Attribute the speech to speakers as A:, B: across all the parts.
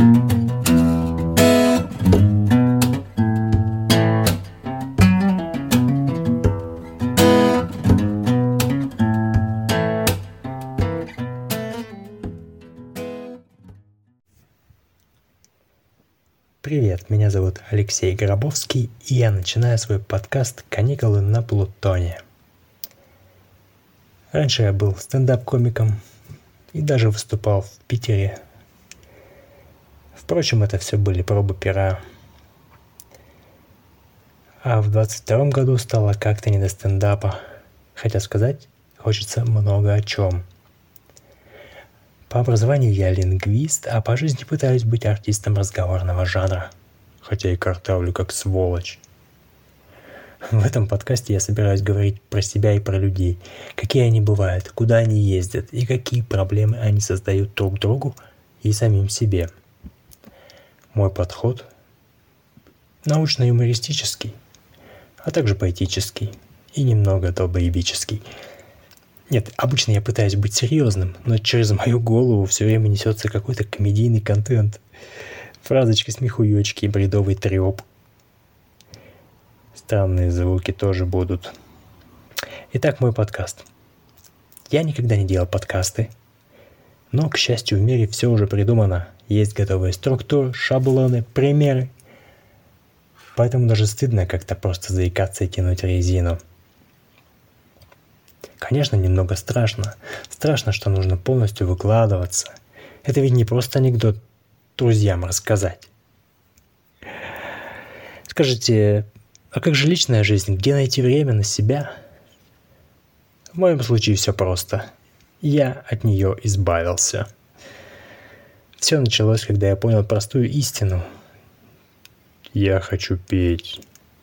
A: Привет, меня зовут Алексей Горобовский, и я начинаю свой подкаст «Каникулы на Плутоне». Раньше я был стендап-комиком и даже выступал в Питере. Впрочем, это все были пробы пера. А в 22 году стало как-то не до стендапа, хотя сказать хочется много о чем. По образованию я лингвист, а по жизни пытаюсь быть артистом разговорного жанра, хотя и картавлю как сволочь. В этом подкасте я собираюсь говорить про себя и про людей, какие они бывают, куда они ездят и какие проблемы они создают друг другу и самим себе. Мой подход научно-юмористический, а также поэтический и немного долбоебический. Нет, обычно я пытаюсь быть серьезным, но через мою голову все время несется какой-то комедийный контент. Фразочки, смехуёчки и бредовый трёп. Странные звуки тоже будут. Итак, мой подкаст. Я никогда не делал подкасты, но, к счастью, в мире все уже придумано. Есть готовые структуры, шаблоны, примеры. Поэтому даже стыдно как-то просто заикаться и тянуть резину. Конечно, немного страшно. Страшно, что нужно полностью выкладываться. Это ведь не просто анекдот друзьям рассказать. Скажите, а как же личная жизнь? Где найти время на себя? В моем случае все просто. Я от нее избавился. Все началось, когда я понял простую истину. Я хочу петь.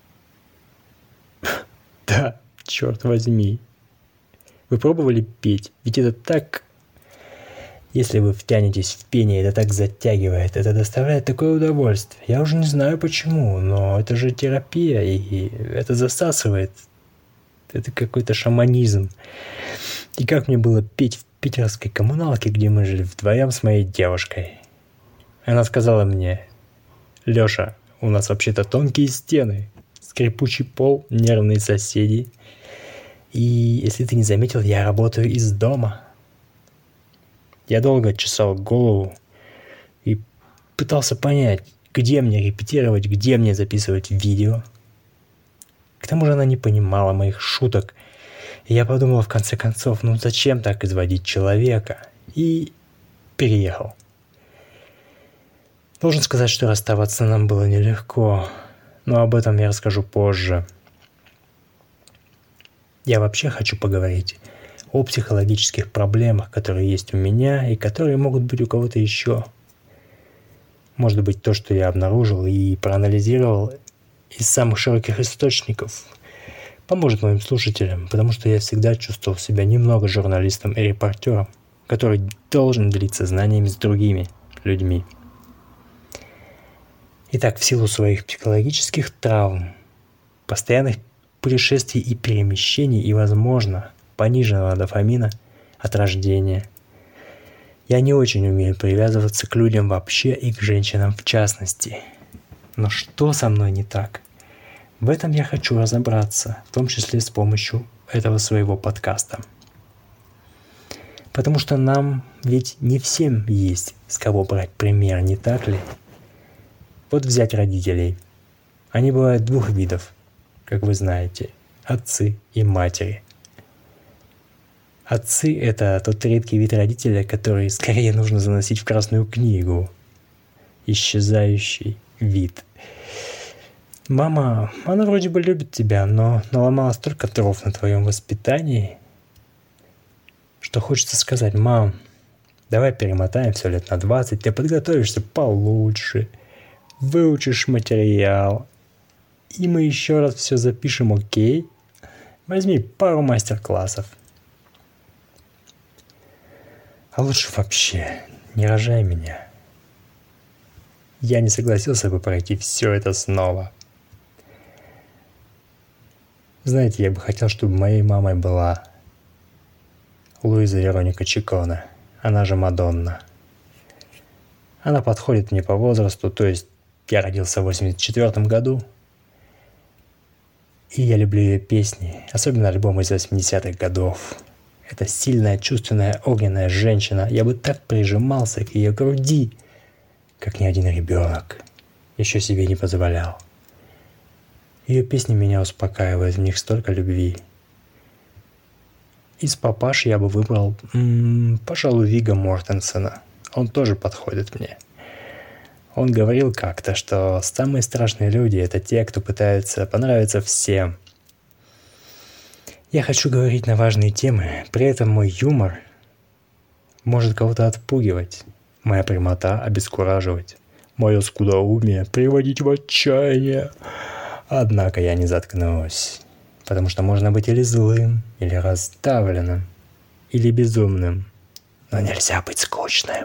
A: Да, черт возьми. Вы пробовали петь? Ведь это так... Если вы втянетесь в пение, это так затягивает, это доставляет такое удовольствие. Я уже не знаю почему, но это же терапия, и это засасывает. Это какой-то шаманизм. И как мне было петь в питерской коммуналке, где мы жили вдвоем с моей девушкой. Она сказала мне: «Лёша, у нас вообще-то тонкие стены, скрипучий пол, нервные соседи. И если ты не заметил, я работаю из дома». Я долго чесал голову и пытался понять, где мне репетировать, где мне записывать видео. К тому же она не понимала моих шуток. И я подумал в конце концов, зачем так изводить человека? И переехал. Должен сказать, что расставаться нам было нелегко, но об этом я расскажу позже. Я вообще хочу поговорить о психологических проблемах, которые есть у меня и которые могут быть у кого-то еще. Может быть, то, что я обнаружил и проанализировал из самых широких источников, поможет моим слушателям, потому что я всегда чувствовал себя немного журналистом и репортером, который должен делиться знаниями с другими людьми. Итак, в силу своих психологических травм, постоянных путешествий и перемещений и, возможно, пониженного дофамина от рождения, я не очень умею привязываться к людям вообще и к женщинам в частности. Но что со мной не так? В этом я хочу разобраться, в том числе с помощью этого своего подкаста. Потому что нам ведь не всем есть с кого брать пример, не так ли? Вот взять родителей. Они бывают двух видов, как вы знаете, отцы и матери. Отцы – это тот редкий вид родителя, который скорее нужно заносить в Красную книгу. Исчезающий вид. Мама, она вроде бы любит тебя, но наломала столько дров на твоем воспитании, что хочется сказать: мам, давай перемотаем все лет на 20, ты подготовишься получше, выучишь материал, и мы еще раз все запишем, окей? Возьми пару мастер-классов. А лучше вообще не рожай меня. Я не согласился бы пройти все это снова. Знаете, я бы хотел, чтобы моей мамой была Луиза Вероника Чикона, она же Мадонна. Она подходит мне по возрасту, то есть я родился в 84 году. И я люблю ее песни, особенно альбом из 80-х годов. Это сильная, чувственная, огненная женщина. Я бы так прижимался к ее груди, как ни один ребенок еще себе не позволял. Ее песни меня успокаивают, в них столько любви. Из папаш я бы выбрал, пожалуй, Вигго Мортенсена. Он тоже подходит мне. Он говорил как-то, что самые страшные люди – это те, кто пытается понравиться всем. Я хочу говорить на важные темы, при этом мой юмор может кого-то отпугивать, моя прямота обескураживать, мое скудоумие приводить в отчаяние. Однако я не заткнусь, потому что можно быть или злым, или раздавленным, или безумным, но нельзя быть скучным.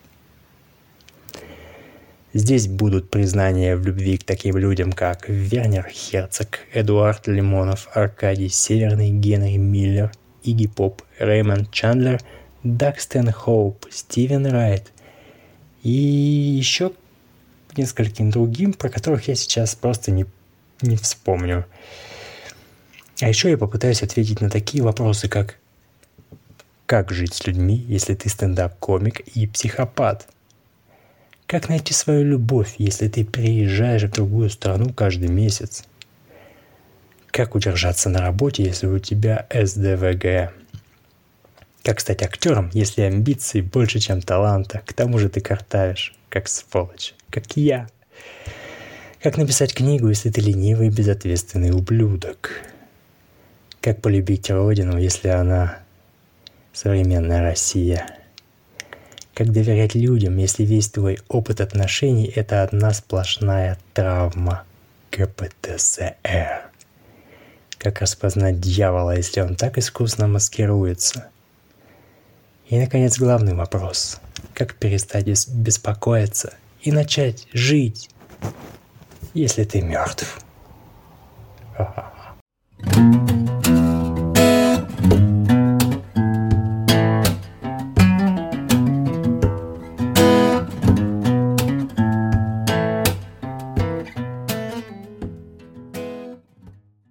A: Здесь будут признания в любви к таким людям, как Вернер Херцог, Эдуард Лимонов, Аркадий Северный, Генри Миллер, Игги Поп, Рэймонд Чандлер, Даг Стэнхоуп, Стивен Райт и еще нескольким другим, про которых я сейчас просто не вспомню. А еще я попытаюсь ответить на такие вопросы, как жить с людьми, если ты стендап-комик и психопат? Как найти свою любовь, если ты переезжаешь в другую страну каждый месяц? Как удержаться на работе, если у тебя СДВГ? Как стать актером, если амбиций больше, чем таланта? К тому же ты картавишь, как сволочь, как я. Как написать книгу, если ты ленивый, безответственный ублюдок? Как полюбить родину, если она современная Россия? Как доверять людям, если весь твой опыт отношений – это одна сплошная травма КПТСР? Как распознать дьявола, если он так искусно маскируется? И, наконец, главный вопрос – как перестать беспокоиться и начать жить, если ты мертв? Ага.